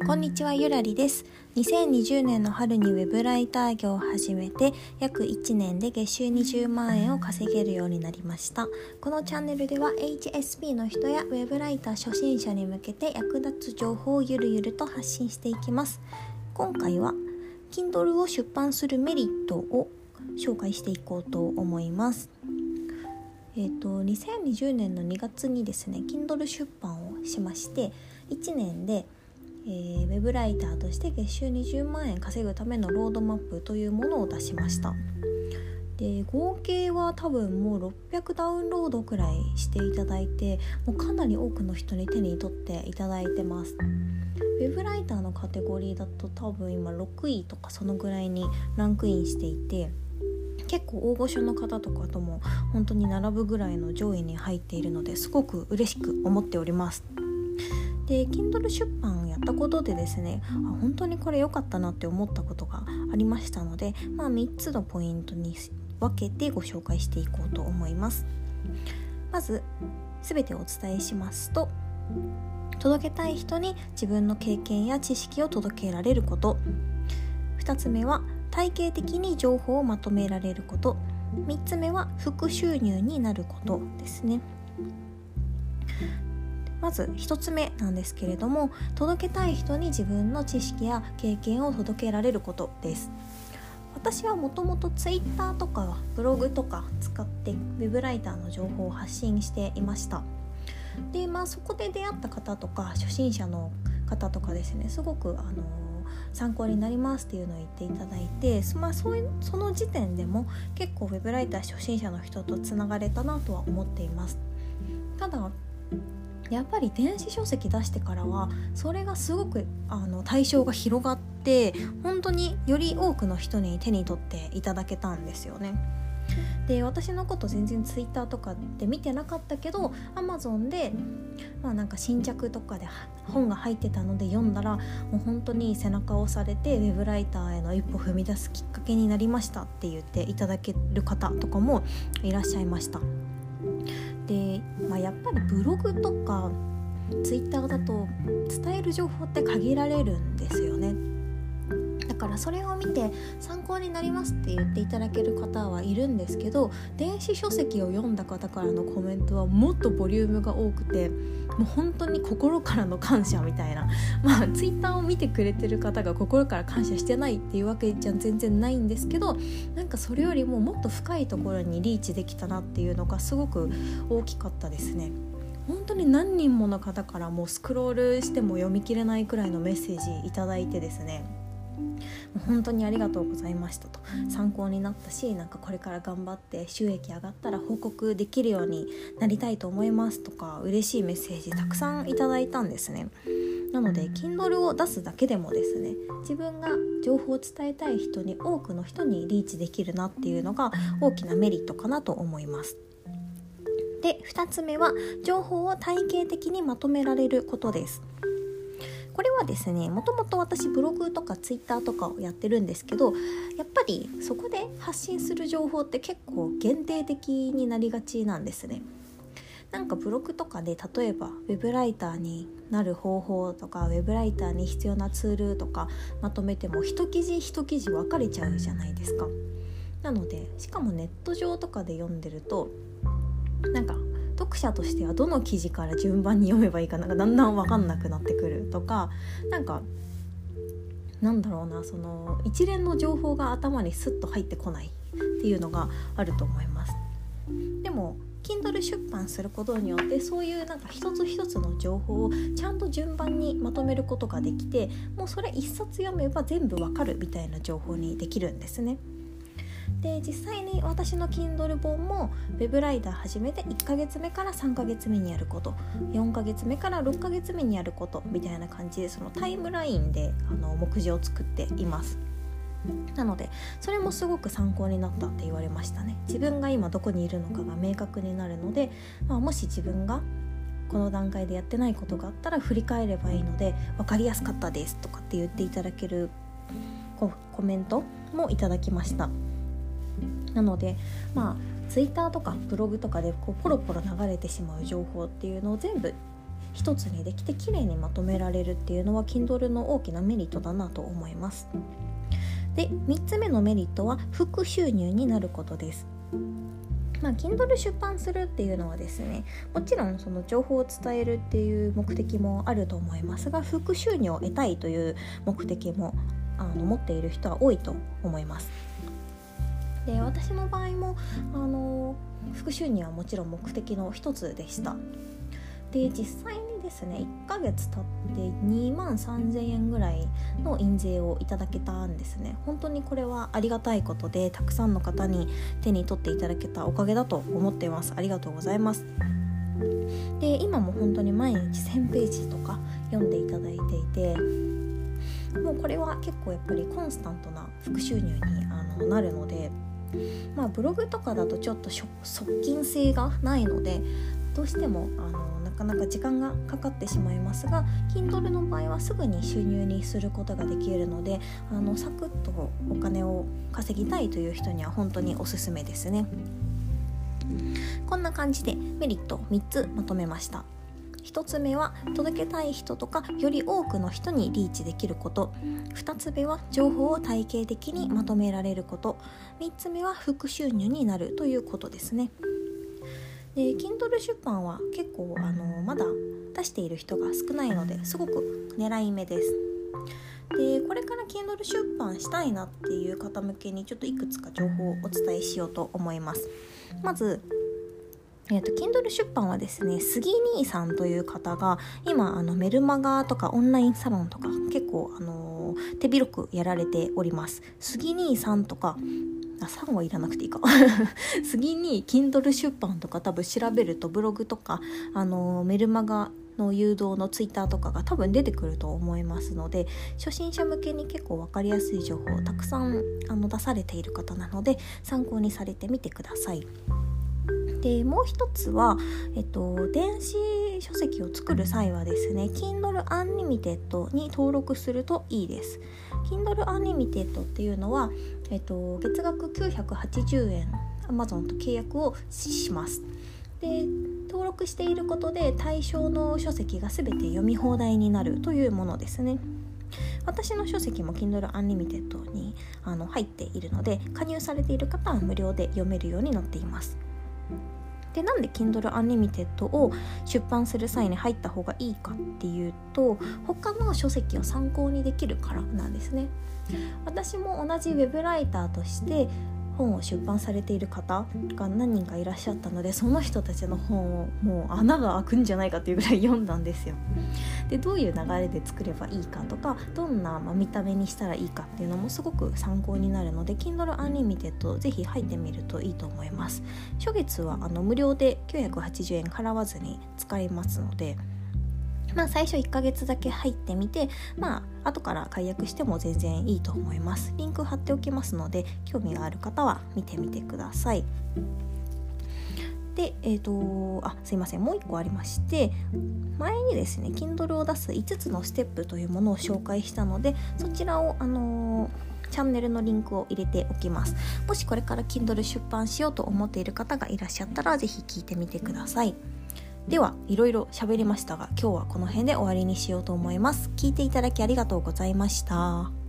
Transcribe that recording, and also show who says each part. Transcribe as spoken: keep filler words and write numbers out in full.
Speaker 1: こんにちは、ゆらりです。にせんにじゅうねんの春にウェブライター業を始めて約いちねんで月収にじゅうまんえんを稼げるようになりました。このチャンネルでは エイチエスピー の人やウェブライター初心者に向けて役立つ情報をゆるゆると発信していきます。今回は Kindle を出版するメリットを紹介していこうと思います。えーと、にせんにじゅうねんのにがつにですね Kindle 出版をしまして、いちねんでえー、ウェブライターとして月収にじゅうまんえん稼ぐためのロードマップというものを出しました。で合計は多分もうろっぴゃくダウンロードくらいしていただいて、もうかなり多くの人に手に取っていただいてます。ウェブライターのカテゴリーだと多分今ろくいとかそのぐらいにランクインしていて、結構大御所の方とかとも本当に並ぶぐらいの上位に入っているので、すごく嬉しく思っております。で Kindle 出版をやったことでですね、あ本当にこれ良かったなって思ったことがありましたので、まあ、みっつのポイントに分けてご紹介していこうと思います。まず全てお伝えしますと、届けたい人に自分の経験や知識を届けられること。ふたつめは体系的に情報をまとめられること。みっつめは副収入になることですね。まずひとつめなんですけれども、届けたい人に自分の知識や経験を届けられることです。私はもともとツイッターとかブログとか使ってウェブライターの情報を発信していました。で、まあ、そこで出会った方とか初心者の方とかですね、すごくあの参考になりますっていうのを言っていただいて、まあ、そういうその時点でも結構ウェブライター初心者の人とつながれたなとは思っています。ただやっぱり電子書籍出してからはそれがすごくあの対象が広がって、本当により多くの人に手に取っていただけたんですよね。で私のこと全然ツイッターとかで見てなかったけど、アマゾンで、まあ、なんか新着とかで本が入ってたので読んだら、もう本当に背中を押されてウェブライターへの一歩踏み出すきっかけになりましたって言っていただける方とかもいらっしゃいました。で、まあ、やっぱりブログとかツイッターだと伝える情報って限られるんですよね。だからそれを見て参考になりますって言っていただける方はいるんですけど、電子書籍を読んだ方からのコメントはもっとボリュームが多くて、もう本当に心からの感謝みたいな、まあツイッターを見てくれてる方が心から感謝してないっていうわけじゃ全然ないんですけど、なんかそれよりももっと深いところにリーチできたなっていうのがすごく大きかったですね。本当に何人もの方からもうスクロールしても読み切れないくらいのメッセージいただいてですね、本当にありがとうございましたと、参考になったし、なんかこれから頑張って収益上がったら報告できるようになりたいと思いますとか、嬉しいメッセージたくさんいただいたんですね。なので Kindle を出すだけでもですね、自分が情報を伝えたい人に、多くの人にリーチできるなっていうのが大きなメリットかなと思います。で、ふたつめは情報を体系的にまとめられることです。これはですね、もともと私ブログとかツイッターとかをやってるんですけど、やっぱりそこで発信する情報って結構限定的になりがちなんですね。なんかブログとかで例えばウェブライターになる方法とか、ウェブライターに必要なツールとかまとめても一記事一記事分かれちゃうじゃないですか。なので、しかもネット上とかで読んでると、なんか読者としてはどの記事から順番に読めばいいかなんかだんだん分かんなくなってくるとか、なんかなんだろうな、その一連の情報が頭にスッと入ってこないっていうのがあると思います。でも Kindle 出版することによって、そういうなんか一つ一つの情報をちゃんと順番にまとめることができて、もうそれ一冊読めば全部わかるみたいな情報にできるんですね。で、実際に私の Kindle 本もウェブライター始めていっかげつめからさんかげつめにやること、よんかげつめからろっかげつめにやることみたいな感じで、そのタイムラインであの目次を作っています。なのでそれもすごく参考になったって言われましたね。自分が今どこにいるのかが明確になるので、まあ、もし自分がこの段階でやってないことがあったら振り返ればいいので、分かりやすかったですとかって言っていただけるコメントもいただきました。なので、まあツイッターとかブログとかでこうポロポロ流れてしまう情報っていうのを全部一つにできて綺麗にまとめられるっていうのは Kindle の大きなメリットだなと思います。で、みっつめのメリットは副収入になることです。まあ、Kindle 出版するっていうのはですね、もちろんその情報を伝えるっていう目的もあると思いますが、副収入を得たいという目的もあの持っている人は多いと思います。で、私の場合もあの副収入はもちろん目的の一つでした。で、実際にですねいっかげつ経ってにまんさんぜんえんぐらいの印税をいただけたんですね。本当にこれはありがたいことで、たくさんの方に手に取っていただけたおかげだと思っています。ありがとうございます。で、今も本当に毎日せんページとか読んでいただいていて、もうこれは結構やっぱりコンスタントな副収入にあのなるので、まあ、ブログとかだとちょっと側近性がないのでどうしてもあのなかなか時間がかかってしまいますが、 Kindle の場合はすぐに収入にすることができるので、あのサクッとお金を稼ぎたいという人には本当におすすめですね。こんな感じでメリットみっつまとめました。ひとつめは届けたい人とかより多くの人にリーチできること、ふたつめは情報を体系的にまとめられること、みっつめは副収入になるということですね。で、Kindle 出版は結構あのまだ出している人が少ないのですごく狙い目です。で、これから Kindle 出版したいなっていう方向けにちょっといくつか情報をお伝えしようと思います。まずえーと、Kindle 出版はですね、杉兄さんという方が今あのメルマガとかオンラインサロンとか結構、あのー、手広くやられております。杉兄さんとかあ、さんはいらなくていいか杉に Kindle 出版とか多分調べるとブログとか、あのー、メルマガの誘導のツイッターとかが多分出てくると思いますので、初心者向けに結構分かりやすい情報をたくさんあの出されている方なので参考にされてみてください。で、もう一つは、えっと、電子書籍を作る際はですね Kindle Unlimited に登録するといいです。 Kindle Unlimited っていうのは、えっと、月額きゅうひゃくはちじゅうえん Amazon と契約をします。で、登録していることで対象の書籍が全て読み放題になるというものですね。私の書籍も Kindle Unlimited にあの入っているので、加入されている方は無料で読めるようになっています。で、なんで Kindle Unlimited を出版する際に入った方がいいかっていうと、他の書籍を参考にできるからなんですね。私も同じウェブライターとして本を出版されている方が何人かいらっしゃったので、その人たちの本をもう穴が開くんじゃないかっていうぐらい読んだんですよ。で、どういう流れで作ればいいかとか、どんな、まあ、見た目にしたらいいかっていうのもすごく参考になるので Kindle Unlimited ぜひ入ってみるといいと思います。初月はあの無料できゅうひゃくはちじゅうえん払わずに使えますので、まあ、最初いっかげつだけ入ってみて、まあ後から解約しても全然いいと思います。リンク貼っておきますので、興味がある方は見てみてください。で、えーと、あ、すいません、もう一個ありまして、前にですね Kindle を出すいつつのステップというものを紹介したので、そちらをあのーチャンネルのリンクを入れておきます。もしこれから Kindle 出版しようと思っている方がいらっしゃったらぜひ聞いてみてください。では、いろいろ喋りましたが、今日はこの辺で終わりにしようと思います。聞いていただきありがとうございました。